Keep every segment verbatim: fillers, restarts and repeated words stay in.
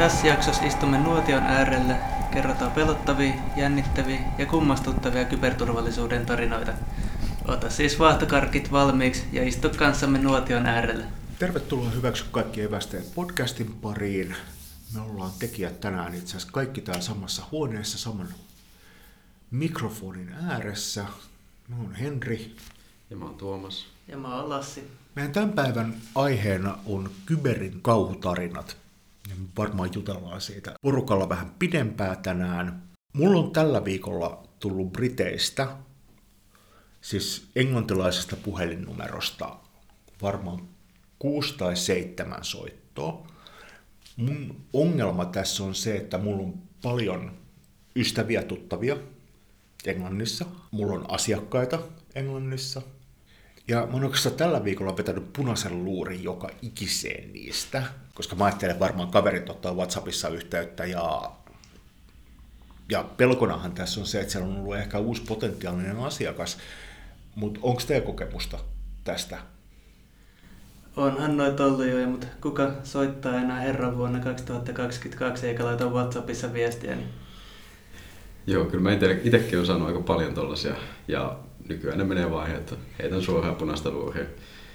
Tässä jaksossa istumme nuotion äärellä, kerrotaan pelottavia, jännittäviä ja kummastuttavia kyberturvallisuuden tarinoita. Ota siis vaahtokarkit valmiiksi ja istu kanssamme nuotion äärellä. Tervetuloa Hyväksy kaikki evästeen podcastin pariin. Me ollaan tekijät tänään itse asiassa kaikki täällä samassa huoneessa saman mikrofonin ääressä. Mä oon Henri. Ja mä oon Tuomas. Ja mä oon Lassi. Meidän tämän päivän aiheena on kyberin kauhutarinat. Ja me varmaan jutellaan siitä porukalla vähän pidempää tänään. Mulla on tällä viikolla tullut Briteistä, siis englantilaisesta puhelinnumerosta, varmaan kuusi tai seitsemän soittoa. Mun ongelma tässä on se, että mulla on paljon ystäviä, tuttavia Englannissa. Mulla on asiakkaita Englannissa. Ja mä oon oikeastaan tällä viikolla vetänyt punaisen luurin joka ikiseen niistä, koska mä ajattelen varmaan kaverit ottaa WhatsAppissa yhteyttä ja, ja pelkonahan tässä on se, että siellä on ollut ehkä uusi potentiaalinen asiakas, mutta onko teidän kokemusta tästä? Onhan noita ollut jo, mutta kuka soittaa enää herran vuonna kaksituhattakaksikymmentäkaksi eikä laita WhatsAppissa viestiä? Niin... Joo, kyllä mä itsekin olen saanut aika paljon tollaisia ja nykyään ne menee vaan, että heitän suoraan punaista luuria.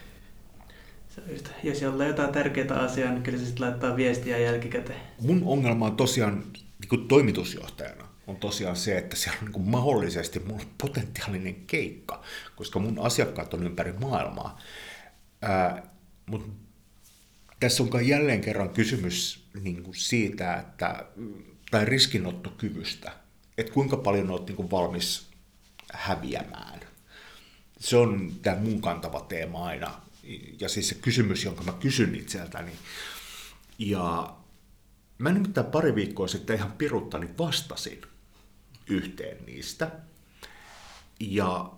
Jos jollain jotain tärkeää asiaa, niin kyllä se sitten laittaa viestiä jälkikäteen. Mun ongelma on tosiaan niin kuin toimitusjohtajana on tosiaan se, että siellä on niin kuin mahdollisesti mulla on potentiaalinen keikka, koska mun asiakkaat on ympäri maailmaa. Ää, mut tässä on kai jälleen kerran kysymys niin kuin siitä, että, tai riskinottokyvystä, että kuinka paljon olet niin kuin valmis häviämään. Se on tämä mun kantava teema aina, ja siis se kysymys, jonka mä kysyn itseltäni. Ja mä nimittäin pari viikkoa sitten ihan piruttani vastasin yhteen niistä. Ja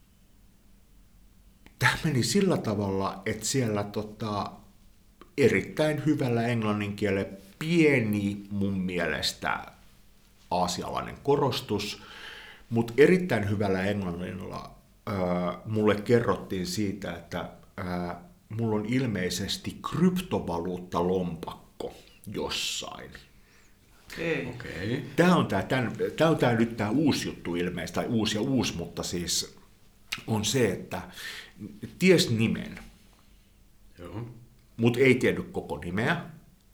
tämä meni sillä tavalla, että siellä tota, erittäin hyvällä englannin kielellä pieni mun mielestä aasialainen korostus, mutta erittäin hyvällä englannilla ää, mulle kerrottiin siitä, että ää, mulla on ilmeisesti kryptovaluuttalompakko jossain. Okay. Okay. Tämä on tämä, tämän, tämä on tämä nyt tämä uusi juttu ilmeisesti, tai uusi ja uusi, mutta siis on se, että ties nimen, mutta ei tiedä koko nimeä.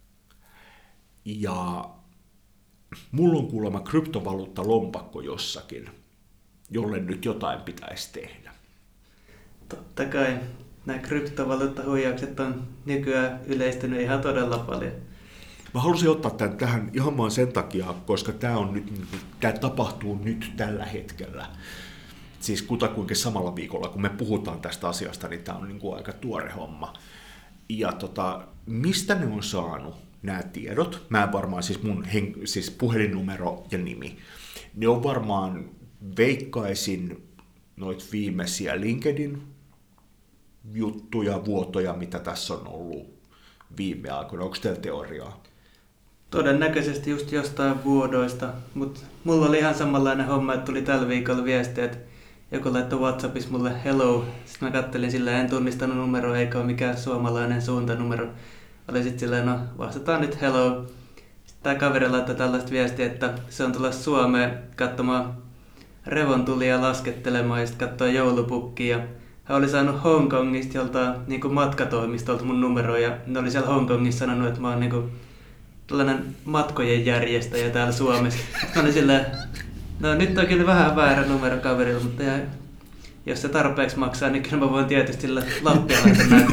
Ja mulla on kuulemma kryptovaluuttalompakko jossakin, jolle nyt jotain pitäisi tehdä. Totta kai nämä kryptovaluuttahuijaukset on nykyään yleistynyt ihan todella paljon. Mä halusin ottaa tämän tähän ihan vaan sen takia, koska tämä, on nyt, tämä tapahtuu nyt tällä hetkellä. Siis kutakuinkin samalla viikolla, kun me puhutaan tästä asiasta, niin tämä on niin kuin aika tuore homma. Ja tota, mistä ne on saanut nämä tiedot? Mä en varmaan, siis mun hen, siis puhelinnumero ja nimi, ne on varmaan, veikkaisin noita viimeisiä LinkedIn juttuja, vuotoja, mitä tässä on ollut viime aikoina. Onko teillä teoriaa? Todennäköisesti just jostain vuodoista, mutta mulla oli ihan samanlainen homma, että tuli tällä viikolla viesti, että joku laittoi WhatsAppissa mulle hello. Sitten mä kattelin sillä, en tunnistanut numeroa eikä ole mikään suomalainen suuntanumero. Oli sitten silleen, no vastataan nyt hello. Sitten tää kaveri laittoi tällaista viestiä, että se on tulossa Suomeen katsomaan revontulia laskettelemaan ja sitten katsoa joulupukkia. Hän oli saanut Hongkongista joltain niin matkatoimistolta mun numeroa ja ne oli siellä Hongkongissa sanonut, että mä oon niin tällainen matkojen järjestäjä täällä Suomessa. Mä olin silleen, no nyt on kyllä vähän väärä numero kaverilla, mutta ja, jos se tarpeeksi maksaa, niin kyllä mä voin tietysti sillä lappialaita näitä.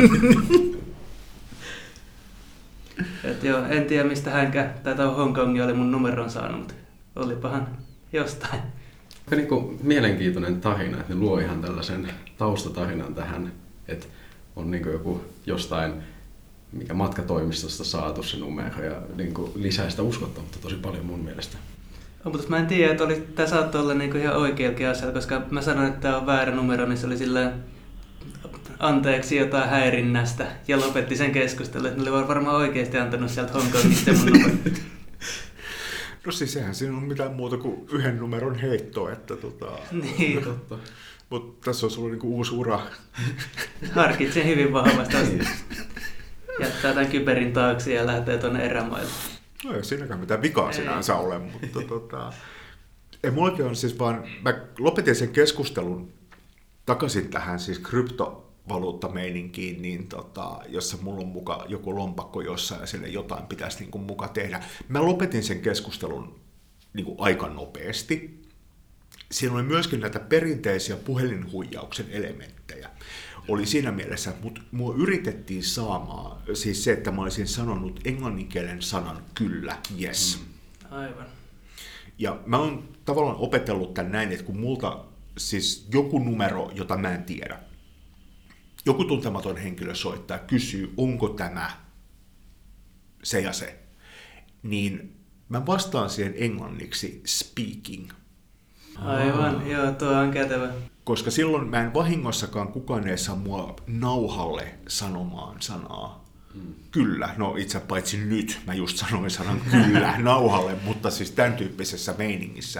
Et joo, en tiedä mistä hänkään, tai tuo Hongkongi oli mun numeron saanut, mutta olipahan jostain. Aika niin kuin mielenkiintoinen tarina, että ne luo ihan tällaisen taustatarinan tähän, että on niin kuin joku jostain, mikä matkatoimistosta saatu se numero ja niin kuin lisää sitä uskottavuutta tosi paljon mun mielestä. No, mutta mä en tiedä, että oli, tämä saattoi olla niin kuin ihan oikeakin asia, koska mä sanoin, että tämä on väärä numero, niin se oli silleen anteeksi jotain häirinnästä ja lopetti sen keskustelun, että ne oli varmaan oikeasti antanut sieltä Hongkongista mun numero. No siis eihän siinä ole mitään muuta kuin yhden numeron heitto, että tota... Niin. Totta. Mutta tässä olisi ollut niinku uusi ura. Harkitsin hyvin vahvasti. Jättää tämän kyberin taakse ja lähtee tuonne erämaille. No ei siinäkään mitään vikaa sinänsä ole, mutta tota... Ei mullakin on siis vaan... Mä lopetin sen keskustelun takaisin tähän siis kryptovaluuttameininkiin, niin tota, jossa mulla on muka joku lompakko jossain ja sille jotain pitäisi niin kuin muka tehdä. Mä lopetin sen keskustelun niin kuin aika nopeasti. Siinä oli myöskin näitä perinteisiä puhelinhuijauksen elementtejä. Oli siinä mielessä, että mut, mua yritettiin saamaan, siis se, että mä olisin sanonut englanninkielen sanan kyllä, yes. Mm. Aivan. Ja mä oon tavallaan opetellut tämän näin, että kun multa siis joku numero, jota mä en tiedä, joku tuntematon henkilö soittaa, kysyy, onko tämä se ja se, niin mä vastaan siihen englanniksi speaking. Aivan, oh. Joo, tuo on kätevä. Koska silloin mä en vahingossakaan kukaan ei saa mua nauhalle sanomaan sanaa. Mm. Kyllä, no itse paitsi nyt mä just sanoin sanan kyllä nauhalle, mutta siis tämän tyyppisessä meiningissä.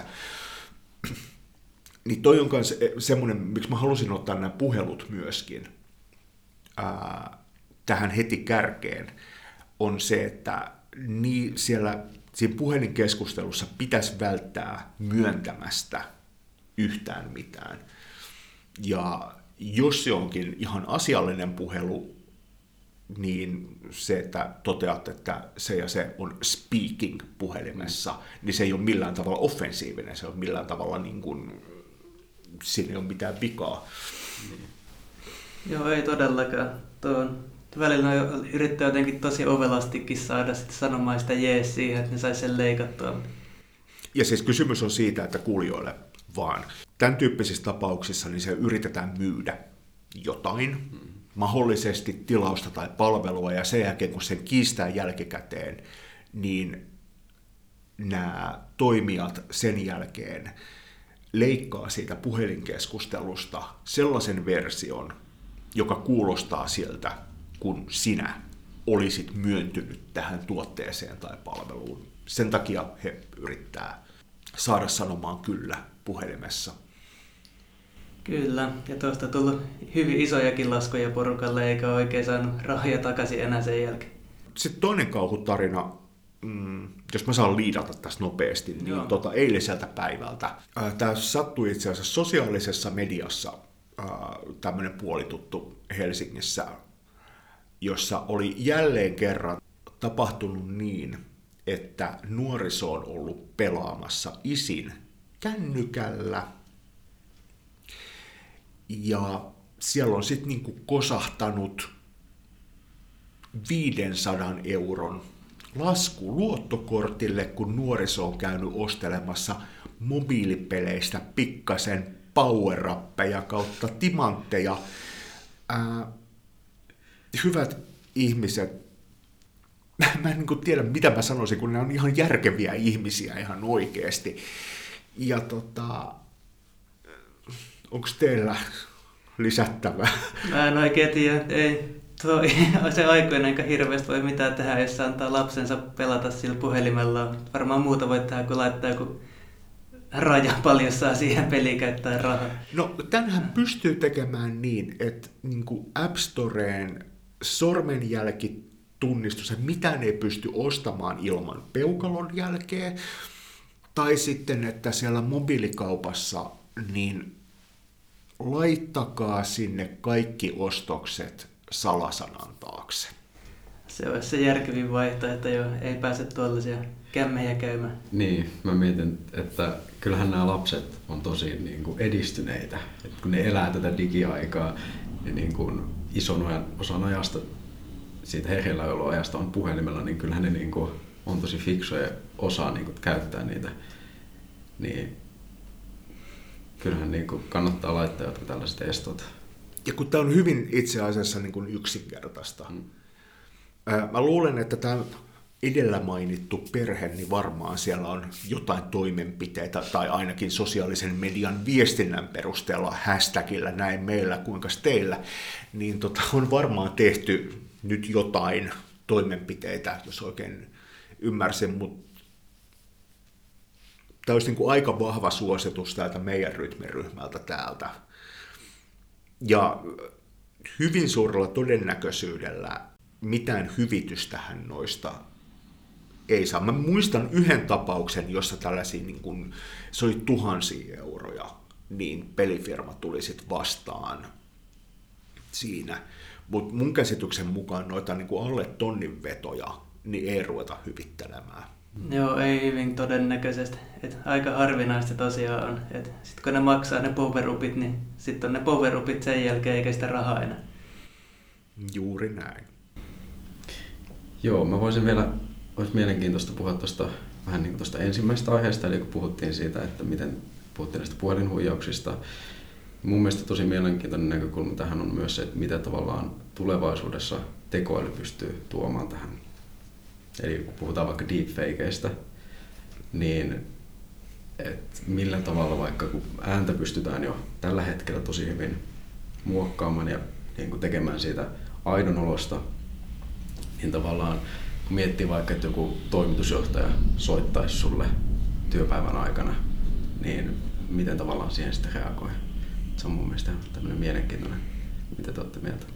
Niin toi on myös semmoinen, miksi mä halusin ottaa nämä puhelut myöskin ää, tähän heti kärkeen, on se, että niin siellä siinä puhelinkeskustelussa pitäisi välttää myöntämästä yhtään mitään. Ja jos se onkin ihan asiallinen puhelu, niin se, että toteat, että se ja se on speaking puhelimessa, mm. niin se ei ole millään tavalla offensiivinen, se on millään tavalla niin kuin, siinä ei ole mitään vikaa. Mm. Joo, ei todellakaan. Tuo on, välillä yrittää jotenkin tosi ovelastikin saada sitten sanomaan sitä jees siihen, että ne saisi sen leikattua. Ja siis kysymys on siitä, että kuulijoille vaan. Tämän tyyppisissä tapauksissa niin se yritetään myydä jotain, mm. mahdollisesti tilausta tai palvelua, ja sen jälkeen kun sen kiistää jälkikäteen, niin nämä toimijat sen jälkeen leikkaa siitä puhelinkeskustelusta sellaisen version, joka kuulostaa siltä, kun sinä olisit myöntynyt tähän tuotteeseen tai palveluun. Sen takia he yrittää saada sanomaan kyllä puhelimessa. Kyllä, ja tuosta on tullut hyvin isojakin laskuja porukalle, eikä oikein saanut rahoja takaisin enää sen jälkeen. Sitten toinen kauhutarina, mm, jos mä saan liidata tässä nopeasti, niin tota, eiliseltä päivältä. Tämä sattui itse asiassa sosiaalisessa mediassa, tämmöinen puolituttu Helsingissä, jossa oli jälleen kerran tapahtunut niin, että nuoriso on ollut pelaamassa isin kännykällä. Ja siellä on sitten niinku kosahtanut viisisataa euron lasku luottokortille, kun nuoriso on käynyt ostelemassa mobiilipeleistä pikkasen power-appeja kautta timantteja. Ää, hyvät ihmiset, mä en niin tiedä mitä mä sanoisin, kun ne on ihan järkeviä ihmisiä ihan oikeasti. Ja tota, onko teillä lisättävää? Mä en oikein tiedä, ei. Tuo, se aikuinen eikä hirveästi voi mitään tehdä, jos se antaa lapsensa pelata sillä puhelimella. Varmaan muuta voi tehdä, kun laittaa joku raja paljon saa siihen peliin käyttää rahaa. No tämänhän pystyy tekemään niin, että niin kuin App Storeen sormenjälkitunnistus, että mitään ei pysty ostamaan ilman peukalon jälkeä, tai sitten, että siellä mobiilikaupassa niin laittakaa sinne kaikki ostokset salasanan taakse. Se olisi se järkevin vaihtoehto, jo ei pääse tuollaisia kämmejä käymään. Niin, mä mietin, että kyllähän nämä lapset on tosi niin kuin edistyneitä. Että kun ne elää tätä digiaikaa, niin, niin kuin ison osan ajasta, siitä hereilläoloajasta on puhelimella, niin kyllähän ne niin kuin on tosi fiksuja ja osaa niin kuin käyttää niitä. Niin kyllähän niin kuin kannattaa laittaa jotkut tällaiset estot. Ja kun tämä on hyvin itse asiassa niin kuin yksinkertaista. Hmm. Mä luulen, että tämä edellä mainittu perhe, niin varmaan siellä on jotain toimenpiteitä, tai ainakin sosiaalisen median viestinnän perusteella hashtagillä näin meillä kuinka teillä, niin tota, on varmaan tehty nyt jotain toimenpiteitä, jos oikein ymmärsin, mutta tämä olisi niin kuin aika vahva suositus täältä meidän rytmiryhmältä täältä. Ja hyvin suurella todennäköisyydellä mitään hyvitystähän noista ei saa. Mä muistan yhden tapauksen, jossa tällaisia niin kun, se oli tuhansia euroja, niin pelifirma tuli sitten vastaan siinä. Mutta mun käsityksen mukaan noita niin kuin alle tonnin vetoja niin ei ruveta hyvittelemään. Joo, ei hyvin todennäköisesti. Et aika harvinaista tosiaan on. Sitten kun ne maksaa ne powerupit, niin sitten on ne powerupit sen jälkeen eikä sitä rahaa enää. Juuri näin. Joo, mä voisin vielä, olisi mielenkiintoista puhua tuosta vähän niin kuin tuosta ensimmäisestä aiheesta, eli kun puhuttiin siitä, että miten puhuttiin näistä puhelinhuijauksista. Mun mielestä tosi mielenkiintoinen näkökulma tähän on myös se, että mitä tavallaan tulevaisuudessa tekoäly pystyy tuomaan tähän. Eli kun puhutaan vaikka deepfakeista, niin että millä tavalla vaikka kun ääntä pystytään jo tällä hetkellä tosi hyvin muokkaamaan ja niin kuin tekemään siitä aidon olosta, niin tavallaan kun miettii vaikka, että joku toimitusjohtaja soittaisi sulle työpäivän aikana, niin miten tavallaan siihen sitten reagoi? Se on mun mielestä tämmöinen mielenkiintoinen. Mitä te olette mieltä?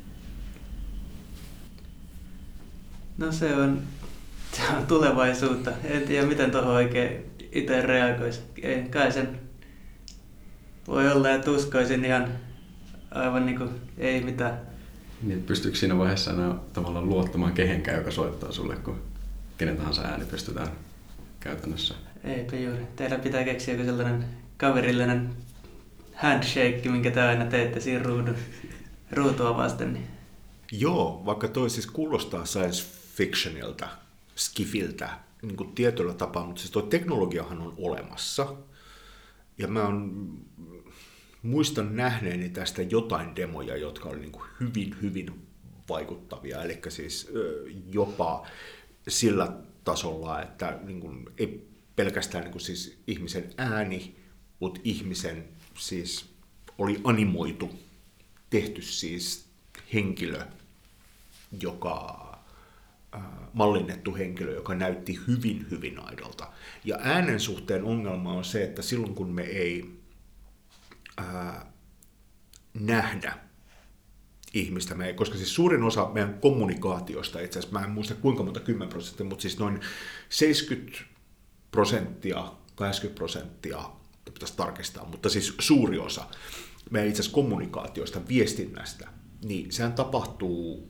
No se on, se on tulevaisuutta. En tiedä miten tuohon oikein itse reagoisi. Ei, kai sen voi olla, että uskoisin ihan aivan niin kuin ei mitään. Niin, pystyykö siinä vaiheessa enää tavallaan luottamaan kehenkään, joka soittaa sulle, kun kenen tahansa ääni pystytään käytännössä? Eipä juuri. Teillä pitää keksiä joku sellainen kaverillinen handshake, minkä te aina teette siinä ruudun, ruutua vasten. Niin. Joo, vaikka toi siis kuulostaa science fictionilta, skifiltä, niin kuin tietyllä tapaa, mutta siis tuo teknologiahan on olemassa. Ja mä on, muistan nähneeni tästä jotain demoja, jotka oli niin kuin hyvin, hyvin vaikuttavia. Eli siis jopa sillä tasolla, että niin kuin ei pelkästään niin kuin siis ihmisen ääni, mutta ihmisen siis oli animoitu, tehty siis henkilö, joka äh, mallinnettu henkilö, joka näytti hyvin, hyvin aidolta. Ja äänen suhteen ongelma on se, että silloin kun me ei äh, nähdä ihmistä, me ei, koska siis suurin osa meidän kommunikaatiosta, itse asiassa mä en muista kuinka monta kymmenen prosenttia, mutta siis noin seitsemänkymmentä prosenttia, kahdeksankymmentä prosenttia, pitäisi tarkistaa, mutta siis suuri osa meidän itse asiassa kommunikaatiosta, viestinnästä, niin sehän tapahtuu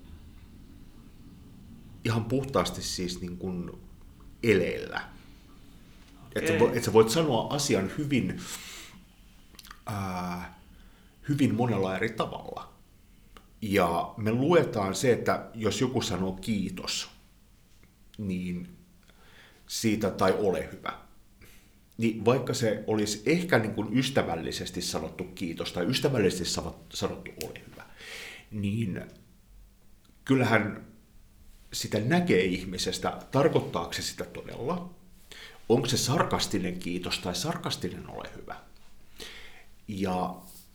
ihan puhtaasti siis niin kuin eleillä. Okay. Että sä, et sä voit sanoa asian hyvin, ää, hyvin monella eri tavalla. Ja me luetaan se, että jos joku sanoo kiitos, niin siitä tai ole hyvä. Niin vaikka se olisi ehkä niin kuin ystävällisesti sanottu kiitos tai ystävällisesti sanottu ole hyvä, niin kyllähän sitä näkee ihmisestä, tarkoittaako se sitä todella, onko se sarkastinen kiitos tai sarkastinen ole hyvä. Ja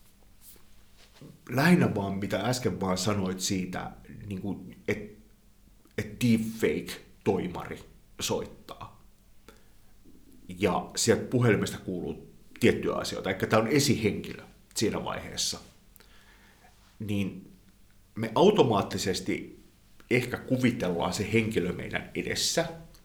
lähinnä vaan mitä äsken vaan sanoit siitä, niin kuin, että et deepfake-toimari soittaa. Ja sieltä puhelimesta kuuluu tiettyjä asioita, eli tämä on esihenkilö siinä vaiheessa, niin me automaattisesti ehkä kuvitellaan se henkilö meidän edessä.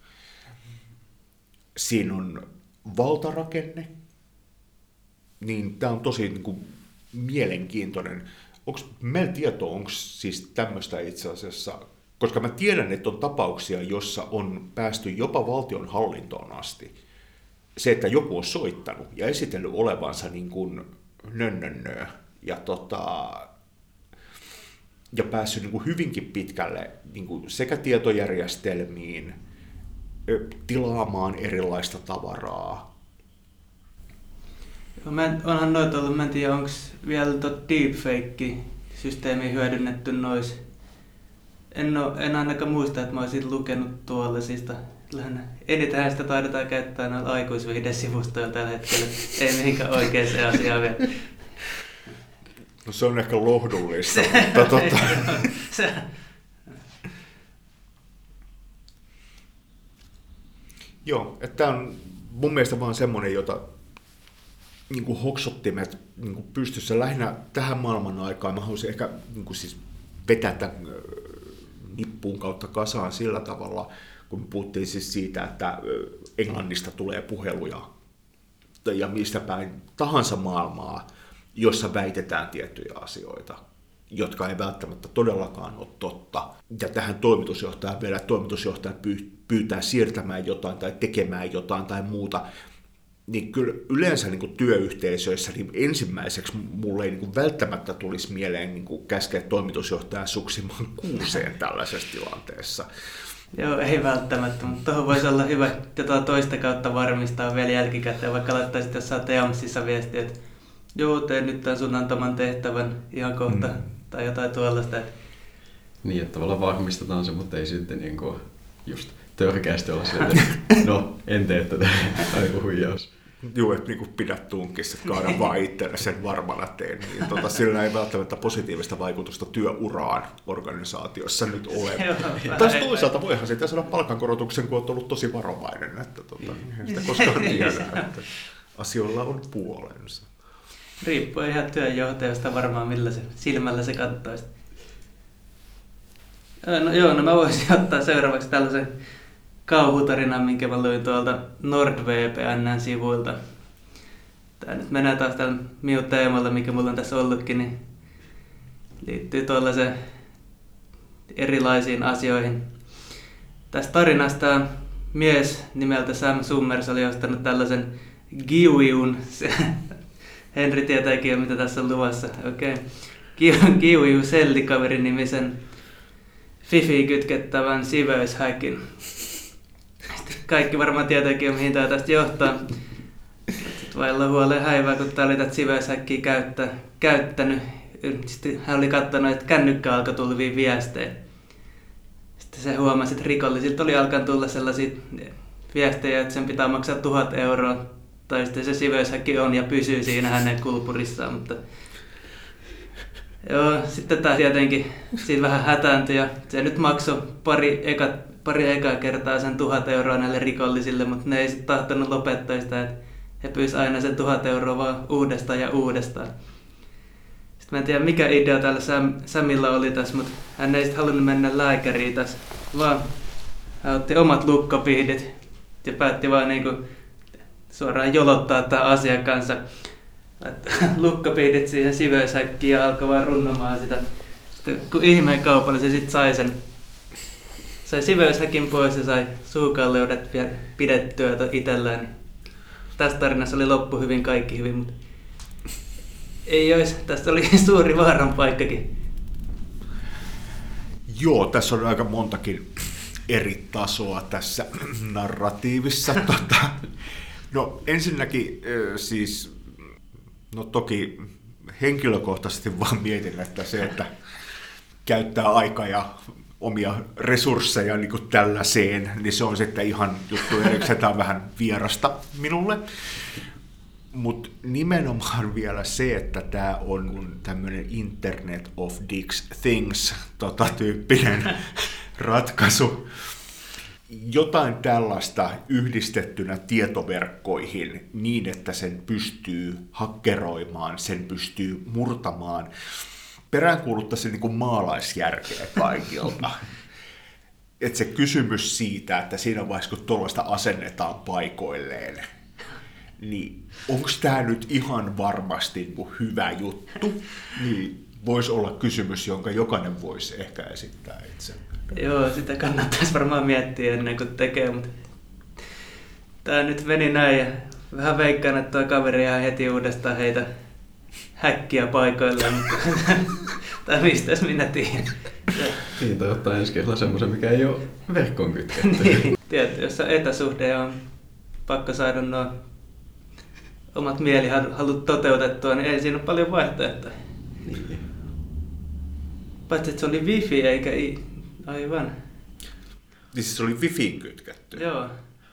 Siinä on valtarakenne, niin tämä on tosi niin kuin, mielenkiintoinen. Onko meillä tietoa, onko siis tämmöistä itse asiassa, koska mä tiedän, että on tapauksia, jossa on päästy jopa valtion hallintoon asti. Se, että joku on soittanut ja esitellyt olevansa niin kuin nönnönnö ja, tota, ja päässyt niin kuin hyvinkin pitkälle niin kuin sekä tietojärjestelmiin, tilaamaan erilaista tavaraa. Mä en, onhan noita ollut, mä en tiedä, onko vielä tuo deepfake-systeemi hyödynnetty nois. En, ole, en ainakaan muista, että mä olisin lukenut tuollaisista. Enitenhän sitä taidetaan käyttää noilla aikuisviihdesivustoilla tällä hetkellä. Ei mihinkään oikeaan asiaan vielä. No se on ehkä lohdullista, mutta tota... se... Joo, että tämä on mun mielestä vaan semmoinen, jota niin kuin hoksottimet niin kuin pystyssä lähinnä tähän maailman aikaan. Mä haluaisin ehkä niin kuin siis vetää tämän nippuun kautta kasaan sillä tavalla, kun puhuttiin siis siitä, että Englannista tulee puheluja ja mistä päin tahansa maailmaa, jossa väitetään tiettyjä asioita, jotka ei välttämättä todellakaan ole totta. Ja tähän toimitusjohtajan vielä, toimitusjohtaja pyytää siirtämään jotain tai tekemään jotain tai muuta, niin kyllä yleensä niin kuin työyhteisöissä niin ensimmäiseksi mulle ei niin kuin välttämättä tulisi mieleen niin kuin käskeä toimitusjohtajan suksimaan kuuseen tällaisessa tilanteessa. Joo, ei välttämättä, mutta tuohon voisi olla hyvä jotain toista kautta varmistaa vielä jälkikäteen, vaikka laittaisit jossain Teamsissa viestiä, että joo, teen nyt tämän sun antaman tehtävän ihan kohta, mm. tai jotain tuollaista. Niin, että tavallaan varmistetaan se, mutta ei sitten niin kuin just törkeästi olla sieltä, että no, en tee tätä, aiku huijaus. Joo, että niin pidät tunkissa, että kaada vaan itselle sen varmana teen. Niin, tota, sillä ei välttämättä positiivista vaikutusta työuraan organisaatiossa nyt ole. Taas toisaalta voihan siitä saada palkankorotuksen, kun olet ollut tosi varovainen. Että, tota, ei sitä koskaan tiedä, että asioilla on puolensa. Riippuu ihan työnjohtajasta varmaan, millä se silmällä se katsoisi. No joo, no mä voisin ottaa seuraavaksi tällaisen kauhutarinan, minkä mä luin tuolta NordVPN:n sivuilta. Tää nyt menee taas tällä minun teemalla, mikä mulla on tässä ollutkin, niin liittyy tuollaiseen erilaisiin asioihin. Tästä tarinasta mies nimeltä Sam Summers oli ostanut tällaisen Giuiun. Henri tietääkin jo, mitä tässä on luvassa. Okei. Okay. Giuiu Sellikaverin nimisen Fifi kytkettävän siveyshäkin. Kaikki varmaan tietääkin, mihin tämä tästä johtaa. Sitten vailla huoleen häivää, kun tämä oli tätä siveyshäkkiä käyttä, käyttänyt. Sitten hän oli katsonut, että kännykkä alkoi tulvia viestejä. Sitten se huomasi, että rikollisilta oli alkanut tulla sellaisia viestejä, että sen pitää maksaa tuhat euroa. Tai sitten se siveyshäkki on ja pysyy siinä hänen kulpurissaan. Mutta joo, sitten tämä tietenkin siinä vähän hätääntyi ja se nyt maksoi pari eka, pari ekaa kertaa sen tuhat euroa näille rikollisille, mutta ne ei sitten tahtonut lopettaa sitä, että he pyysivät aina sen tuhat euroa vaan uudestaan ja uudestaan. Sitten mä en tiedä mikä idea täällä Sam, Samilla oli tässä, mutta hän ei sitten halunnut mennä lääkäriin tässä, vaan hän otti omat lukkopihdit ja päätti vaan niinku suoraan jolottaa tämän asiakkaansa. Lukkopiidit siihen siveyshäkkiin ja alkoi vaan runnomaan sitä. Sitten kun ihmeen kaupalla se sitten sai sen sai siveyshäkin pois ja sai suukalleudet pidettyä itselleen. Tässä tarinassa oli loppu hyvin, kaikki hyvin, mutta ei olisi. Tästä oli suuri vaaran paikkakin. Joo, tässä on aika montakin eri tasoa tässä narratiivissa. tota, no ensinnäkin siis, no toki henkilökohtaisesti vaan mietin, että se, että käyttää aikaa ja omia resursseja niin kuin tällaiseen, niin se on sitten ihan juttu erikseen, tämä on vähän vierasta minulle. Mutta nimenomaan vielä se, että tämä on tämmöinen Internet of Things tota, tyyppinen ratkaisu. Jotain tällaista yhdistettynä tietoverkkoihin niin, että sen pystyy hakkeroimaan, sen pystyy murtamaan. Peräänkuuluttaisi niin kuin maalaisjärkeä kaikilta. Että se kysymys siitä, että siinä vaiheessa kun tuollaista asennetaan paikoilleen, niin onko tämä nyt ihan varmasti niin kuin hyvä juttu? Niin voisi olla kysymys, jonka jokainen voisi ehkä esittää itse. Joo, sitä kannattaisi varmaan miettiä ennen kuin tekee, mutta tämä nyt meni näin ja vähän veikkaan, että tuo kaveri ihan heti uudestaan heitä häkkiä paikoilleen, mutta tai mistäs minä tiedän. Niin, tai ottaa ensi kerralla semmoisen, mikä ei ole verkkoon kytketty. Niin, tiedätkö, jos on etäsuhde on pakko saada nuo omat mielihalut toteutettua, niin ei siinä ole paljon vaihtoehtoja. Niin. Paitsi, että se oli wifi eikä i... Aivan. Niin siis se oli wifiin kytketty? Joo.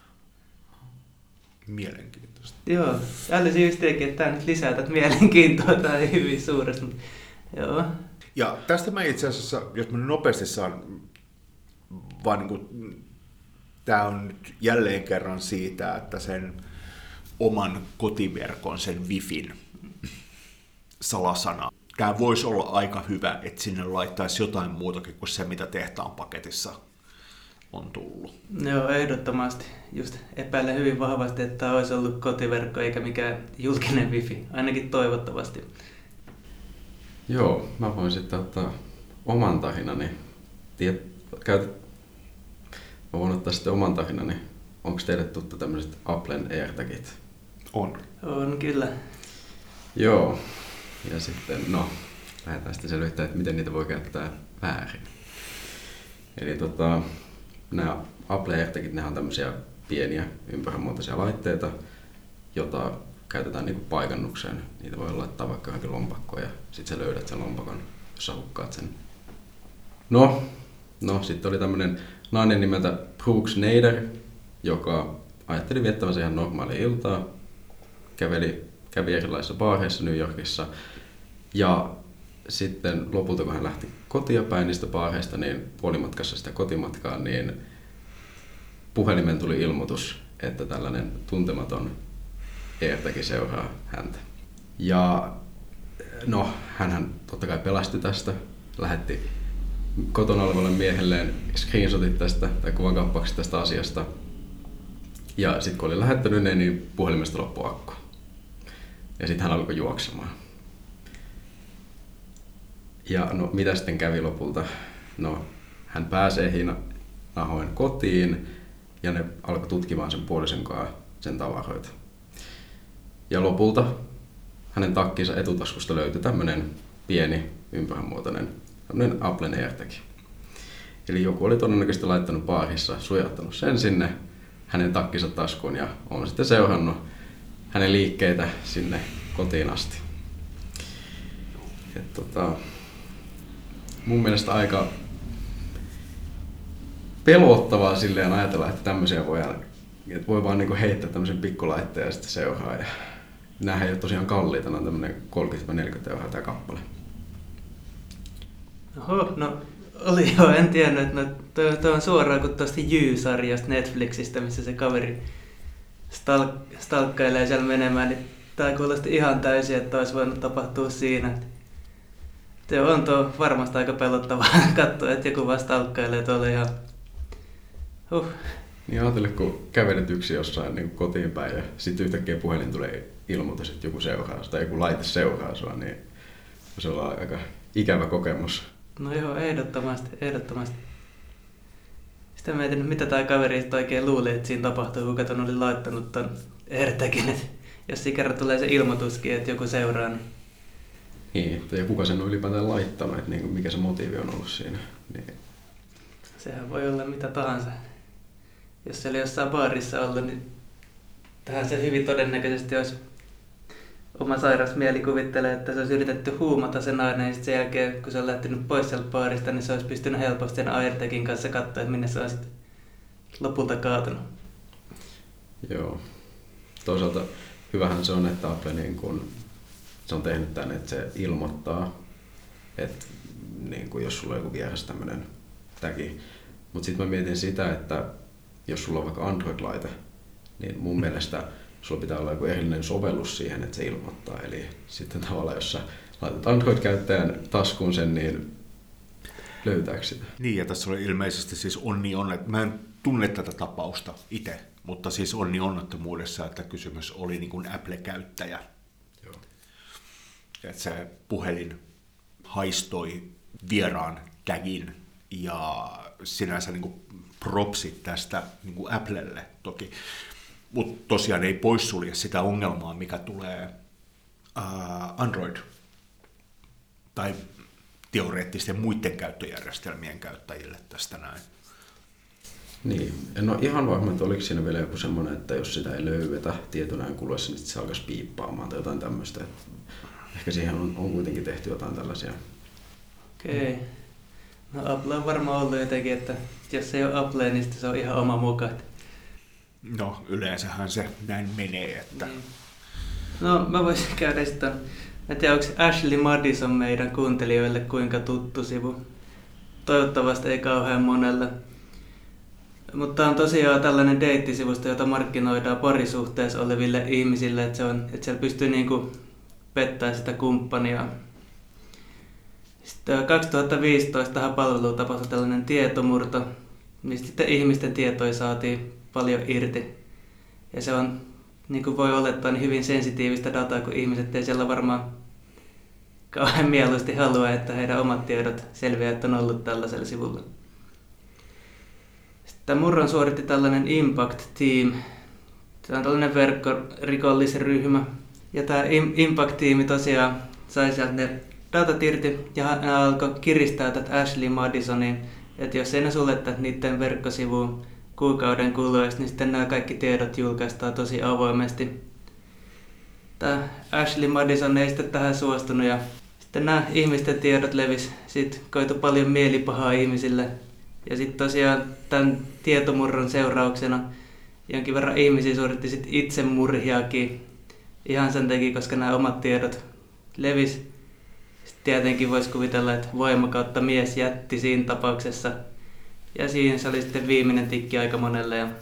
Mielenkiintoista. Joo. Älysin just tekin, että tämä nyt lisää tätä mielenkiintoa. Tämä ei hyvin suuresta. Joo. Ja tästä mä itse asiassa, jos mä nopeasti saan, vaan niin kuin, tämä on nyt jälleen kerran siitä, että sen oman kotiverkon, sen wifin salasana tämä voisi olla aika hyvä, että sinne laittaisi jotain muutakin kuin se, mitä tehtaan paketissa on tullut. Joo, ehdottomasti. Just epäilen hyvin vahvasti, että tämä olisi ollut kotiverkko eikä mikään julkinen wifi, ainakin toivottavasti. Joo, mä voin sitten ottaa oman tarinani. Tiet, käytät... Mä voin ottaa sitten oman tarinani. Onko teille tuttu tämmöiset Applen AirTagit? On. On kyllä. Joo. Ja sitten, no, lähdetään sitten selvittämään, että miten niitä voi käyttää väärin. Eli tota, nämä Apple AirTagit, ne on tämmöisiä pieniä ympäränmuotoisia laitteita, jota käytetään niinku paikannukseen. Niitä voi laittaa vaikka johonkin lompakkoon ja sitten sä löydät sen lompakon, jos sä hukkaat sen. No, no sitten oli tämmöinen nainen nimeltä Brooks Nader, joka ajatteli viettävänsä ihan normaalia iltaa. Käveli, kävi erilaisissa baareissa New Yorkissa. Ja sitten lopulta, kun hän lähti kotia päin niistä baareista, niin puolimatkassa sitä kotimatkaa, niin puhelimen tuli ilmoitus, että tällainen tuntematon AirTag seuraa häntä. Ja no, hänhän totta kai pelasti tästä, lähetti kotona olevalle miehelleen screenshotit tästä tai kuvankaappaukset tästä asiasta. Ja sitten kun oli lähettänyt ne, niin puhelimesta loppui akku. Ja sitten hän alkoi juoksemaan. Ja no, mitä sitten kävi lopulta? No, hän pääsee hinahoen kotiin ja ne alkoi tutkimaan sen puolison kanssa sen tavaroita. Ja lopulta hänen takkinsa etutaskusta löytyi tämmöinen pieni ympäränmuotoinen tämmöinen Applen AirTag. Eli joku oli todennäköisesti laittanut baarissa, sujauttanut sen sinne hänen takkinsa taskuun ja on sitten seurannut hänen liikkeitä sinne kotiin asti. Et tota, mun mielestä aika pelottavaa silleen ajatella, että tämmöisiä voi, että voi vaan niinku heittää tämmöisen pikkulaitteen ja sitten seuraa. Ja näähän ei ole tosiaan kalliita, ne on tämmöinen kolmekymmentä neljäkymmentä euroa tämä kappale. Oho, no oli jo, en tiennyt, että no, toi, toi on suoraan kuin tuosta You-sarjasta Netflixistä, missä se kaveri stalk, stalkkailee siellä menemään, niin tää kuulosti ihan täysin, että olisi voinut tapahtua siinä. Se on tuo varmasti aika pelottavaa katsoa, että joku vaan stalkkailee tuolla ihan... Huh. Niin ajattele, kun kävelet yksin jossain niin kotiin päin ja sitten yhtäkkiä puhelin tulee ilmoitus, että joku seuraa tai joku laite seuraa sua, niin se on aika ikävä kokemus. No joo, ehdottomasti, ehdottomasti. Sitten mietin, mitä tämä kaveri oikein luuli, että siinä tapahtuu, kuka ton oli laittanut ton AirTagin, että jos siinä kerran tulee se ilmoituskin, että joku seuraa, niin... Niin, ja kuka sen on ylipäätään laittanut, että niin, mikä se motiivi on ollut siinä. Niin. Sehän voi olla mitä tahansa. Jos se oli jossain baarissa ollut, niin tähän se hyvin todennäköisesti olisi oma sairas mieli kuvittelee, että se olisi yritetty huumata se nainen ja sitten sen jälkeen, kun se on lähtenyt pois sieltä baarista, niin se olisi pystynyt helposti sen AirTagin kanssa katsoa, että minne se on sitten lopulta kaatunut. Joo. Toisaalta hyvähän se on, että Apple niin kun, se on tehnyt tämän, että se ilmoittaa, että niin kun jos sulla on joku vieras tämmöinen tagi. Mutta sitten mä mietin sitä, että jos sulla on vaikka Android-laite, niin mun mielestä sulla pitää olla joku erillinen sovellus siihen, että se ilmoittaa. Eli sitten tavallaan, jos sä laitat Android-käyttäjän taskuun sen, niin löytääkö sitä? Niin, ja tässä oli ilmeisesti siis onni on, että mä en tunne tätä tapausta itse, mutta siis onni onnettomuudessa, että kysymys oli niin kuin Apple-käyttäjä. Joo. Että se puhelin haistoi vieraan tagin ja sinänsä niin kuin propsit tästä niin kuin Applelle toki. Mutta tosiaan ei poissulje sitä ongelmaa, mikä tulee ää, Android tai teoreettisten muiden käyttöjärjestelmien käyttäjille tästä näin. Niin, en ole ihan varma, että oliko siinä vielä joku semmoinen, että jos sitä ei löydetä tietynään kuluessa, niin se alkaisi piippaamaan tai jotain tämmöistä. Ehkä siihen on, on kuitenkin tehty jotain tällaisia. Okei. No Apple on varmaan ollut jotenkin, että jos ei ole Apple, niin se on ihan oma muka. No yleensähän se näin menee. Että... Niin. No mä voisin käydä sitten, en tiedä onko Ashley Madison meidän kuuntelijoille kuinka tuttu sivu. Toivottavasti ei kauhean monelle. Mutta on tosiaan tällainen deittisivusto, jota markkinoidaan parisuhteessa oleville ihmisille, että, se on, että siellä pystyy niinku pettämään sitä kumppania. Sitten kaksituhattaviisitoista tähän palveluun tapahtui tällainen tietomurto, mistä sitten ihmisten tietoja saatiin paljon irti. Ja se on, niin kuin voi olettaa, niin hyvin sensitiivistä dataa, kun ihmiset ei siellä varmaan kauhean mieluusti halua, että heidän omat tiedot selviää, että on ollut tällaisella sivulla. Sitten murron suoritti tällainen Impact Team. Se on tällainen verkkorikollisryhmä. Ja tämä Impact-tiimi tosiaan sai sieltä ne datat irti ja ne alkoi kiristää tätä Ashley Madisonia. Että jos ei ne suljeta niiden verkkosivuun kuukauden kuluessa, niin sitten nämä kaikki tiedot julkaistaan tosi avoimesti. Tämä Ashley Madison ei sitten tähän suostunut ja sitten nämä ihmisten tiedot levisi. Sitten koitui paljon mielipahaa ihmisille. Ja sitten tosiaan tämän tietomurron seurauksena jonkin verran ihmisiä suoritti sitten itsemurhiakin. Ihan sen takia, koska nämä omat tiedot levisi. Sitten tietenkin voisi kuvitella, että voimakautta mies jätti siinä tapauksessa. Ja siinä se oli sitten viimeinen tikki aika monelle. Ja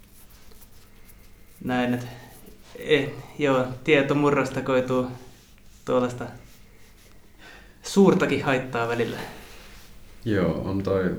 näin, että eh, joo, tietomurrosta koituu tuollaista suurtakin haittaa välillä. Joo, on toi...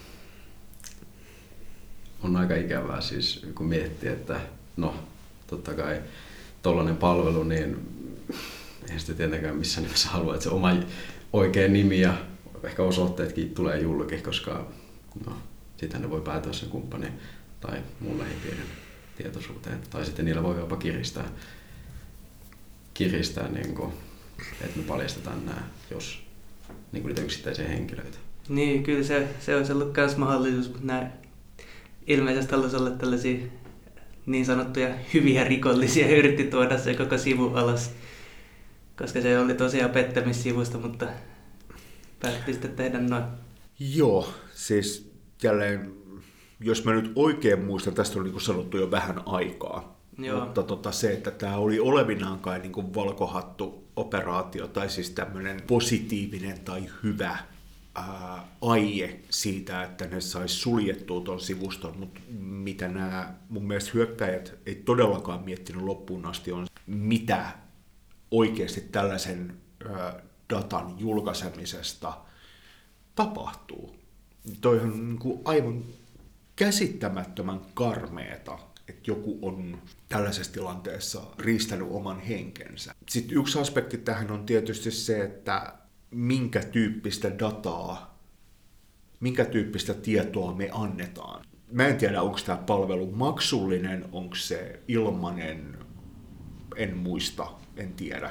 On aika ikävää siis, kun miettii, että no, totta kai tollainen palvelu, niin eihän sitä tietenkään missään nimessä halua, että se oma oikea nimi ja ehkä osoitteetkin tulee julki, koska no, sitten ne voi päätyä sen kumppanin tai muun lähipiirin tietoisuuteen. Tai sitten niillä voi jopa kiristää, kiristää niin kuin, että me paljastetaan nämä, jos niin kuin niitä yksittäisiä henkilöitä. Niin, kyllä se, se olisi ollut myös mahdollisuus, mutta nämä ilmeisesti haluaisi olla tällaisia niin sanottuja hyviä rikollisia ja yritti tuoda se koko sivu alas, koska se oli tosiaan pettämissivusta, mutta päätti sitten tehdä noin. Joo, siis jälleen, jos mä nyt oikein muistan, tästä on niin kuin sanottu jo vähän aikaa, Joo. mutta tota, se, että tämä oli olevinaan kai niin kuin valkohattu operaatio, tai siis tämmöinen positiivinen tai hyvä ää, aie siitä, että ne sais suljettua tuon sivuston, mutta mitä nämä mun mielestä hyökkäjät ei todellakaan miettinyt loppuun asti on, mitä oikeasti tällaisen ää, datan julkaisemisesta tapahtuu. Toihan on niin kuin aivan käsittämättömän karmeeta, että joku on tällaisessa tilanteessa riistänyt oman henkensä. Sitten yksi aspekti tähän on tietysti se, että minkä tyyppistä dataa, minkä tyyppistä tietoa me annetaan. Mä en tiedä, onko tämä palvelu maksullinen, onko se ilmainen, en muista, en tiedä.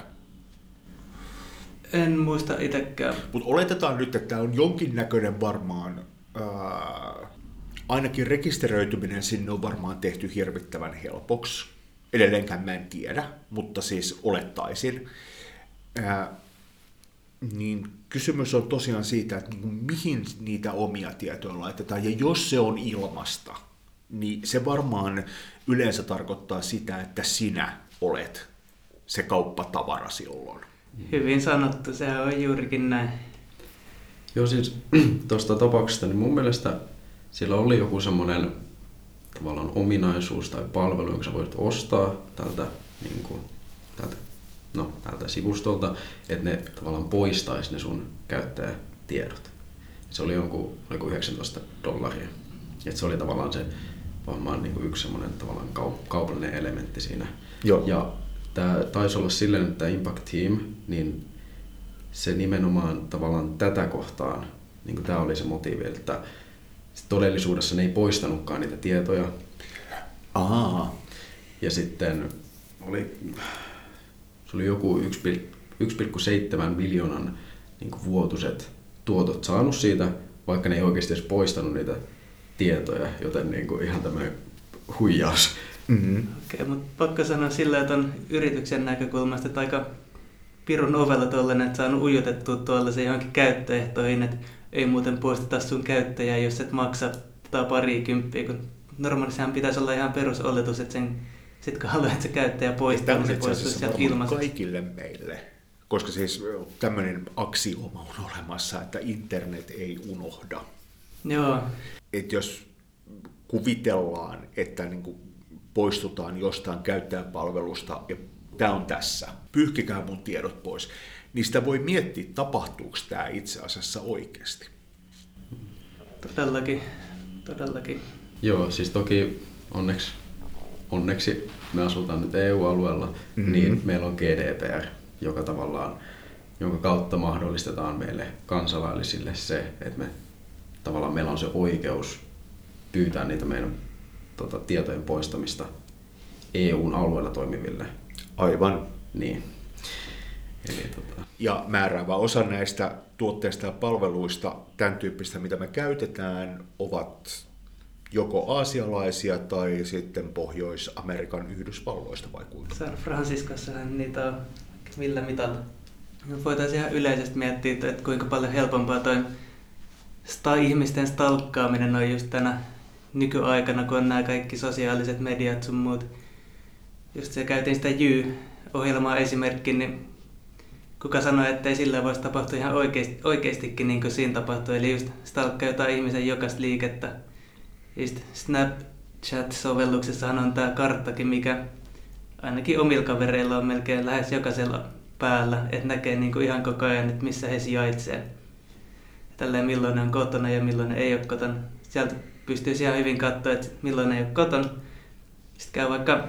En muista itsekään. Mutta oletetaan nyt, että tämä on jonkinnäköinen varmaan, ää, ainakin rekisteröityminen sinne on varmaan tehty hirvittävän helpoksi. Edelleenkään mä en tiedä, mutta siis olettaisin. Ää, niin kysymys on tosiaan siitä, että mihin niitä omia tietoja laitetaan. Ja jos se on ilmasta, niin se varmaan yleensä tarkoittaa sitä, että sinä olet se kauppatavara silloin. Hyvin sanottu, sehän on juurikin näin. Joo, siis tuosta tapauksesta, niin mun mielestä sillä oli joku semmoinen tavallaan ominaisuus tai palvelu, jonka sä voit ostaa tältä, niin kuin, tältä, no, tältä sivustolta, että ne tavallaan poistaisi ne sun käyttäjätiedot. Se oli jonkun oliko yhdeksäntoista dollaria. Et se oli tavallaan se varmaan niin kuin yksi semmoinen tavallaan kaupallinen elementti siinä. Joo. Ja tämä taisi olla silleen, että tämä Impact Team, niin se nimenomaan tavallaan tätä kohtaan, niin kuin tämä oli se motiivi, että todellisuudessa ne ei poistanutkaan niitä tietoja. Ahaa. Ja sitten oli, se oli joku yksi pilkku seitsemän miljoonan niin kuin vuotuiset tuotot saanut siitä, vaikka ne ei oikeasti edes poistanut niitä tietoja, joten niin kuin ihan tämmöinen huijaus. Mm-hmm. Okei, okay, mutta pakko sanoa sillä, että on yrityksen näkökulmasta, että aika pirun ovella tuollainen, että saanut ujutettua tuollaisen johonkin käyttöehtoihin, että ei muuten poisteta sun käyttäjää, jos et maksa tai pari kymppiä, kun normaalistihan pitäisi olla ihan perusoletus, että sen, sit kun haluaa, että se käyttäjä poistaa, niin se poistuisi sieltä ilmasta. Kaikille meille, koska siis tämmöinen aksiooma on olemassa, että internet ei unohda. Joo. Että jos kuvitellaan, että niin kuin poistutaan jostain käyttäjäpalvelusta ja tämä on tässä, pyyhkikää mun tiedot pois, niin sitä voi miettiä, tapahtuuko tämä itse asiassa oikeasti. Todellakin, todellakin. Joo, siis toki onneksi, onneksi me asutaan nyt E U-alueella, mm-hmm. niin meillä on G D P R, joka tavallaan, jonka kautta mahdollistetaan meille kansalaisille se, että me tavallaan meillä on se oikeus pyytää niitä meidän tota, tietojen poistamista E U:n alueella toimiville. Aivan. Niin. Eli, tota... Ja määräävä osa näistä tuotteista ja palveluista, tämän tyyppistä, mitä me käytetään, ovat joko aasialaisia tai sitten Pohjois-Amerikan Yhdysvalloista vai kuinka? San Franciscossahan niitä on millä mitalla. Me voitaisiin ihan yleisesti miettiä, että kuinka paljon helpompaa toi sta- ihmisten stalkkaaminen on just tänä nykyaikana, kun on nämä kaikki sosiaaliset mediat sun muut. Just se käytiin sitä Jy-ohjelmaa esimerkkin, niin kuka sanoi, että ei sillä voisi tapahtua ihan oikeasti, oikeastikin niin kuin siinä tapahtui. Eli just stalkkaa jotain ihmisen jokaista liikettä. Just Snapchat-sovelluksessahan on tämä karttakin, mikä ainakin omilla kavereilla on melkein lähes jokaisella päällä, että näkee niin kuin ihan koko ajan, että missä he sijaitsee. Tälleen milloin ne on kotona ja milloin ne ei ole kotona. Sieltä pystyisi ihan hyvin katsoa, että milloin ne ei ole kotona. Sitten käy vaikka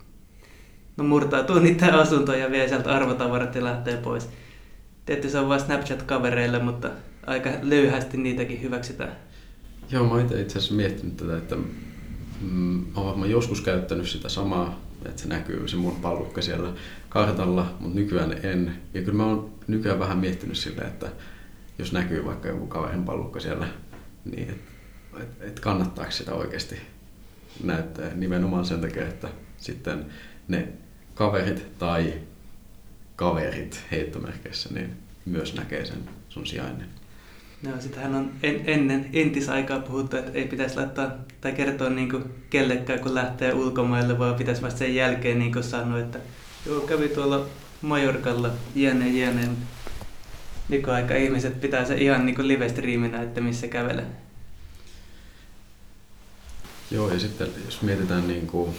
no murtautuu niiden asuntoon ja vie sieltä arvotavarat ja lähtee pois. Tietysti se on vain Snapchat-kavereille, mutta aika löyhästi niitäkin hyväksytään. Joo, mä oon itse asiassa miettinyt tätä, että mm, olen joskus käyttänyt sitä samaa, että se näkyy se mun pallukka siellä kartalla, mutta nykyään en. Ja kyllä mä oon nykyään vähän miettinyt silleen, että jos näkyy vaikka joku kaverin pallukka siellä, niin et, et, et kannattaako sitä oikeasti näyttää nimenomaan sen takia, että sitten ne kaverit tai kaverit heittomerkeissä niin myös näkee sen sun sijainnin. No, sitähän on en, ennen entisaikaa puhuttu, että ei pitäisi laittaa tai kertoa niin kuin kellekään, kun lähtee ulkomaille, vaan pitäisi vasta sen jälkeen niin kuin sanoa, että joo, kävi tuolla Majorkalla jne jne. Nykyaika ihmiset pitää se ihan niin kuin live-striiminä, että missä kävelee. Joo, ja sitten jos mietitään niin kuin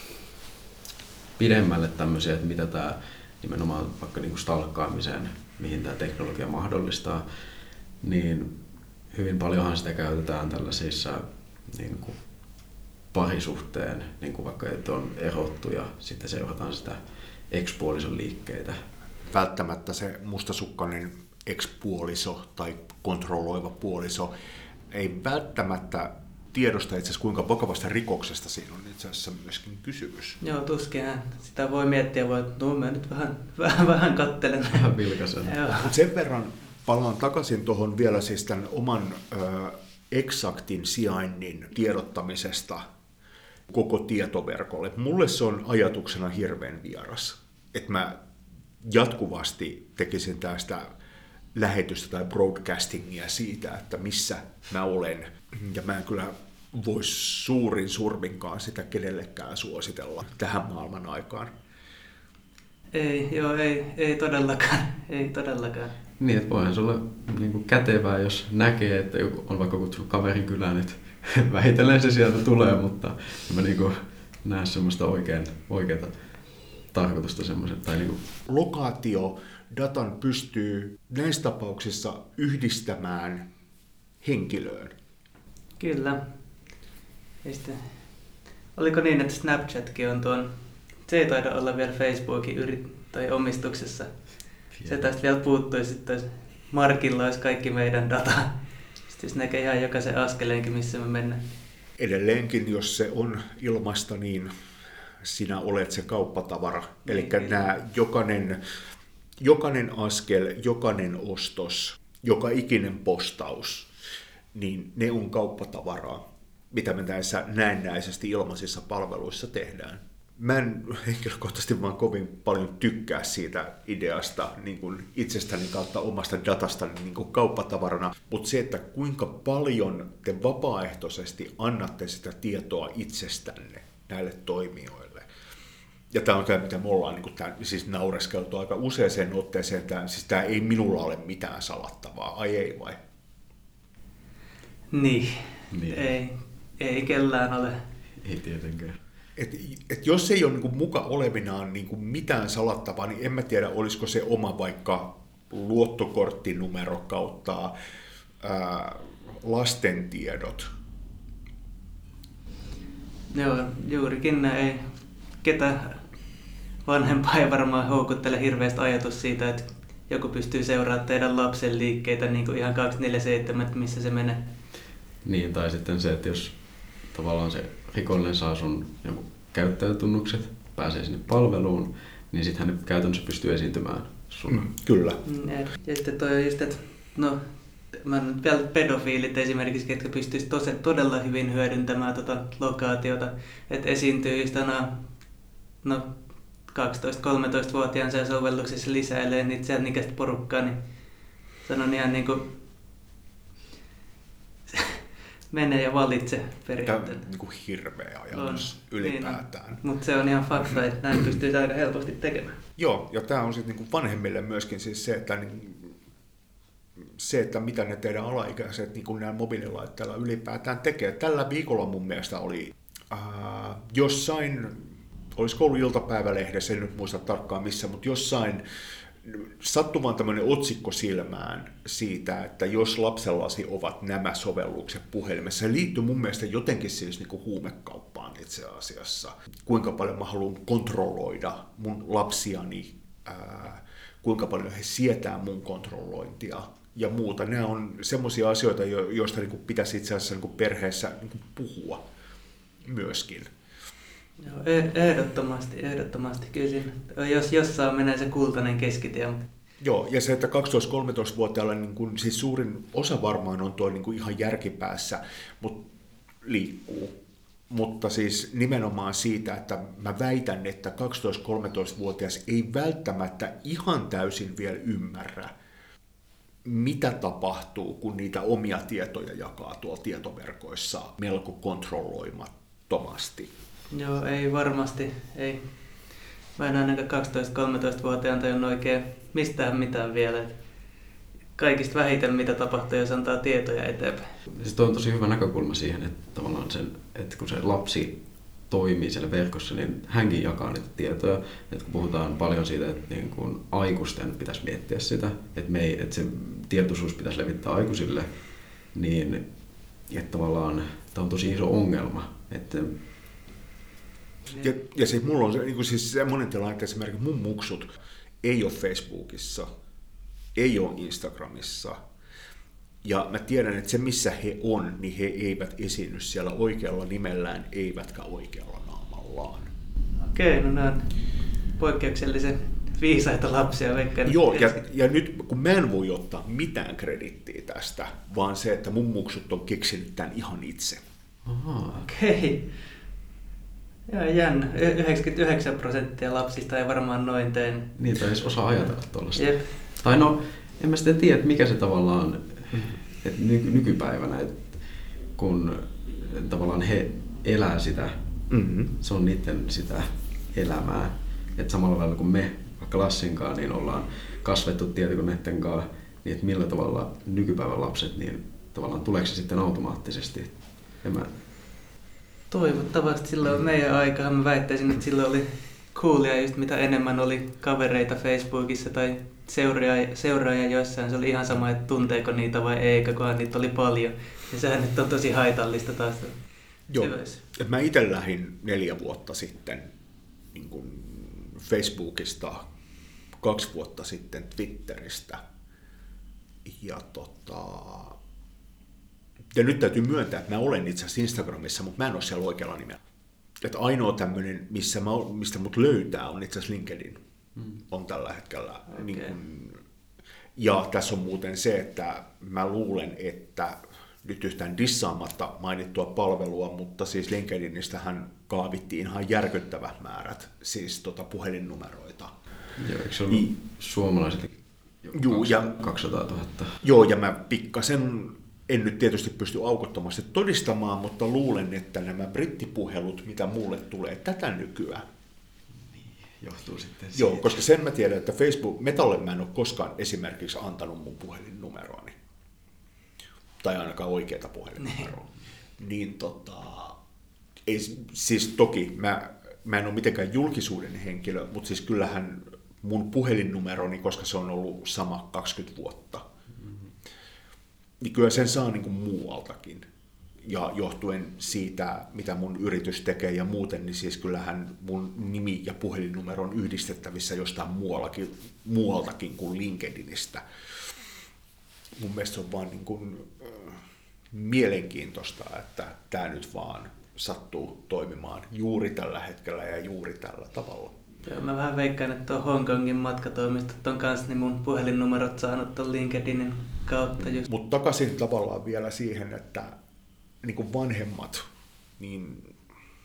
pidemmälle tämmöisiä, että mitä tämä nimenomaan vaikka niin kuin stalkkaamiseen, mihin tämä teknologia mahdollistaa, niin hyvin paljonhan sitä käytetään tällaisissa niin kuin parisuhteen, niin kuin vaikka että on erottu ja sitten seurataan sitä ex-puolison liikkeitä. Välttämättä se mustasukkainen ex-puoliso tai kontrolloiva puoliso ei välttämättä tiedosta itse asiassa, kuinka vakavasta rikoksesta siinä on itse asiassa myöskin kysymys. Joo, tuskin sitä voi miettiä, voi, että no, mä nyt vähän, vähän, vähän kattelen. Vähän vilkaisen. Sen verran palaan takaisin tuohon vielä siis tämän oman ö, eksaktin sijainnin tiedottamisesta koko tietoverkolle. Mulle se on ajatuksena hirveän vieras, että mä jatkuvasti tekisin tästä lähetystä tai broadcastingia siitä, että missä mä olen. Ja mä en kyllä voisi suurin surminkaan sitä kenellekään suositella tähän maailman aikaan. Ei, joo, ei, ei todellakaan, ei todellakaan. Niin, että voihan se olla niin kuin kätevää, jos näkee, että joku on vaikka kutsunut kaverin kylään, että vähitellen se sieltä tulee, mutta en mä niin kuin näe semmoista oikein, oikeata tarkoitusta semmoisen. Tai niin kuin... Lokaatiodatan pystyy näissä tapauksissa yhdistämään henkilöön. Kyllä. Ja sitten, oliko niin, että Snapchatkin on tuon, se ei taida olla vielä Facebookin yrit- tai omistuksessa. Se tästä vielä puuttuisi, sitten Markilla olisi kaikki meidän data. Sitten jos näkee ihan jokaisen askeleenkin, missä me mennään. Edelleenkin, jos se on ilmasta, niin sinä olet se kauppatavara. Eli nämä jokainen, jokainen askel, jokainen ostos, joka ikinen postaus, niin ne on kauppatavaraa, mitä me näissä näennäisesti ilmaisissa palveluissa tehdään. Mä en henkilökohtaisesti vaan kovin paljon tykkää siitä ideasta niin kuin itsestäni kautta omasta datastani niin kuin kauppatavarana, mutta se, että kuinka paljon te vapaaehtoisesti annatte sitä tietoa itsestänne näille toimijoille. Ja tämä on tämä, mitä me ollaan niin kuin tämän, siis naureskeltu aika useaseen otteeseen, tämä, siis tämä ei minulla ole mitään salattavaa, ai ei vai? Niin, niin. Ei, ei kellään ole. Ei tietenkään. Et, et jos ei ole niin kuin muka olevinaan niin kuin mitään salattavaa, niin en mä tiedä, olisiko se oma vaikka luottokorttinumero kautta ää, lastentiedot. Joo, juurikin näin. Ketä vanhempaa ei varmaan houkuttele hirveästi ajatus siitä, että joku pystyy seuraamaan teidän lapsen liikkeitä niin kuin ihan kaksikymmentäneljä seitsemän, missä se menee. Niin, tai sitten se, että jos tavallaan se rikollinen saa sun joku käyttäjätunnukset, pääsee sinne palveluun, niin sitten hän käytännössä pystyy esiintymään sun. Mm, kyllä. Ja sitten toi on just, että no, mä nyt vielä pedofiilit esimerkiksi, ketkä pystyisivät todella hyvin hyödyntämään tota lokaatiota, että esiintyy just aina no, kaksitoista-kolmetoista-vuotiaan sovelluksessa lisäilee niitä sen ikäistä porukkaa, niin sanon ihan niin kuin mene ja valitse periaatteessa. Tämä on niin kuin hirveä ajatus on, ylipäätään. Niin, mutta se on ihan fakta, että näin pystyy aika helposti tekemään. Joo, ja tämä on sitten niin vanhemmille myöskin siis se, että niin, se, että mitä ne teidän alaikäiset niin kuin nämä mobiililaitteilla ylipäätään tekee. Tällä viikolla mun mielestä oli äh, jossain, olisi kouluiltapäivälehdessä, en nyt muista tarkkaan missä, mutta jossain sattui vaan tämmöinen otsikko silmään siitä, että jos lapsellasi ovat nämä sovellukset puhelimessa, se liittyy mun mielestä jotenkin siis niin kuin huumekauppaan itse asiassa. Kuinka paljon mä haluan kontrolloida mun lapsiani, ää, kuinka paljon he sietää mun kontrollointia ja muuta. Nämä on semmoisia asioita, joista niin kuin pitäisi itse asiassa niin kuin perheessä niin kuin puhua myöskin. Joo, ehdottomasti, ehdottomasti. Kyllä siinä, jos jossain menee se kultainen keskitie. Joo, ja se, että kaksitoista-kolmetoista-vuotiailla niin kun, siis suurin osa varmaan on tuo niin kuin ihan järkipäässä, mutta liikkuu. Mutta siis nimenomaan siitä, että mä väitän, että kaksitoista-kolmetoista-vuotias ei välttämättä ihan täysin vielä ymmärrä, mitä tapahtuu, kun niitä omia tietoja jakaa tuolla tietoverkoissa melko kontrolloimattomasti. Joo, ei varmasti. Ei. Mä en ainakaan kaksitoista-kolmetoista-vuotiaan tajunnut oikein mistään mitään vielä. Kaikista vähiten mitä tapahtuu, jos antaa tietoja eteenpäin. Siis toi on tosi hyvä näkökulma siihen, että tavallaan sen, että kun se lapsi toimii siellä verkossa, niin hänkin jakaa niitä tietoja. Että kun puhutaan paljon siitä, että niin kun aikuisten pitäisi miettiä sitä, että, me ei, että se tietoisuus pitäisi levittää aikuisille, niin että tavallaan tämä on tosi iso ongelma. Että Ja, ja siis mulla on se, niin kuin siis semmoinen tilanne, että esimerkiksi mun muksut ei ole Facebookissa, ei ole Instagramissa. Ja mä tiedän, että se missä he on, niin he eivät esiinny siellä oikealla nimellään, eivätkä oikealla naamallaan. Okei, no nämä on poikkeuksellisen viisaita lapsia. Joo, ja, ja nyt kun mä en voi ottaa mitään kredittiä tästä, vaan se, että mun muksut on keksinyt tämän ihan itse. Aha. Okei. Joo, jännä. yhdeksänkymmentäyhdeksän prosenttia lapsista ei varmaan noin teen. Niin, tai edes osaa ajatella tuollaista. Jep. Tai no, en mä sitten tiedä, että mikä se tavallaan, että nyky- nykypäivänä, että kun tavallaan he elää sitä, mm-hmm. se on niiden sitä elämää. Että samalla lailla kuin me, vaikka Lassinkaan, niin ollaan kasvettu tietokoneiden kanssa, niin että millä tavalla nykypäivän lapset, niin tavallaan tuleeko se sitten automaattisesti? En mä... Toivottavasti silloin meidän aikaan mä väittäisin, että silloin oli coolia just mitä enemmän oli kavereita Facebookissa tai seuraajia, seuraajia joissain. Se oli ihan sama, että tunteeko niitä vai eikä, kunhan niitä oli paljon. Ja sehän nyt on tosi haitallista taas. Joo, että mä itse lähdin neljä vuotta sitten niin kuin Facebookista, kaksi vuotta sitten Twitteristä. Ja tota... Ja nyt täytyy myöntää, että mä olen itse asiassa Instagramissa, mutta mä en ole siellä oikealla nimellä. Että ainoa tämmöinen, missä mä, mistä mut löytää, on itse asiassa LinkedIn. Mm. On tällä hetkellä. Okay. Niin kun, ja tässä on muuten se, että mä luulen, että nyt yhtään dissaamatta mainittua palvelua, mutta siis LinkedInistähän kaavittiin ihan järkyttävät määrät siis tota puhelinnumeroita. Joo, eikö se ollut I, suomalaiset kaksisataatuhatta? Joo, ja mä pikkasen... En nyt tietysti pysty aukottomasti todistamaan, mutta luulen, että nämä brittipuhelut, mitä mulle tulee tätä nykyään. Niin, johtuu sitten siitä. Joo, koska sen mä tiedän, että Facebook, Metalle mä en ole koskaan esimerkiksi antanut mun puhelinnumeroani. Tai ainakaan oikeata puhelinnumeroa. Niin tota, ei, siis toki mä, mä en ole mitenkään julkisuuden henkilö, mutta siis kyllähän mun puhelinnumeroni, koska se on ollut sama kaksikymmentä vuotta. Mm-hmm. Niin kyllä sen saa niin kuin muualtakin. Ja johtuen siitä, mitä mun yritys tekee ja muuten, niin siis kyllähän mun nimi ja puhelinnumero on yhdistettävissä jostain muuallakin, muualtakin kuin LinkedInistä. Mun mielestä se on vaan niin kuin, äh, mielenkiintoista, että tämä nyt vaan sattuu toimimaan juuri tällä hetkellä ja juuri tällä tavalla. Joo, mä vähän veikkaan, että tuon Hongkongin matkatoimistot on kanssa niin mun puhelinnumerot saanut tuon LinkedInin kautta. Mutta takaisin tavallaan vielä siihen, että niin kuin vanhemmat, niin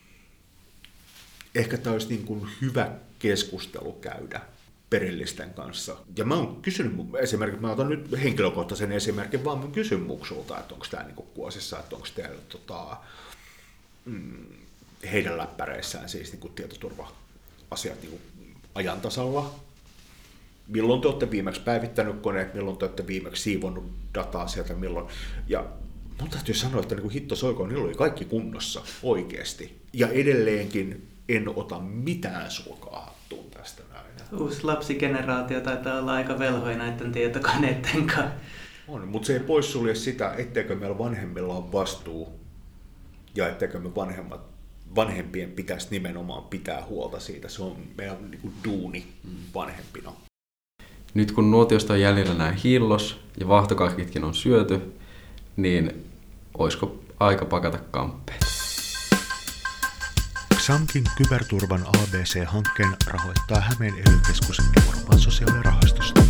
ehkä tämä olisi niin kuin hyvä keskustelu käydä perillisten kanssa. Ja mä oon kysynyt, esimerkiksi mä otan nyt henkilökohtaisen esimerkin, vaan mä kysyn muksulta, että onko tämä niin kuin kuosissa, että onko teillä tota, mm, heidän läppäreissään siis niin kuin tietoturva-asiat niin kuin ajan tasalla. Milloin te olette viimeksi päivittänyt koneet, milloin te olette viimeksi siivonnut dataa sieltä, milloin. Ja mun täytyy sanoa, että niin hitto soikoon, niillä oli kaikki kunnossa oikeasti. Ja edelleenkin en ota mitään sulkaa hattuun tästä näin. Uusi lapsigeneraatio taitaa olla aika velhoi näiden tietokoneiden kanssa. On, mutta se ei poissulje sitä, etteikö meillä vanhemmilla ole vastuu ja etteikö me vanhemmat, vanhempien pitäisi nimenomaan pitää huolta siitä. Se on meidän niin kuin duuni vanhempina. Nyt kun nuotiosta on jäljellä näin hiillos ja vahtokahkitkin on syöty, niin olisiko aika pakata kamppeet? Xamkin kyberturvan A B C-hankkeen rahoittaa Hämeen ely-keskus Euroopan sosiaalirahastosta.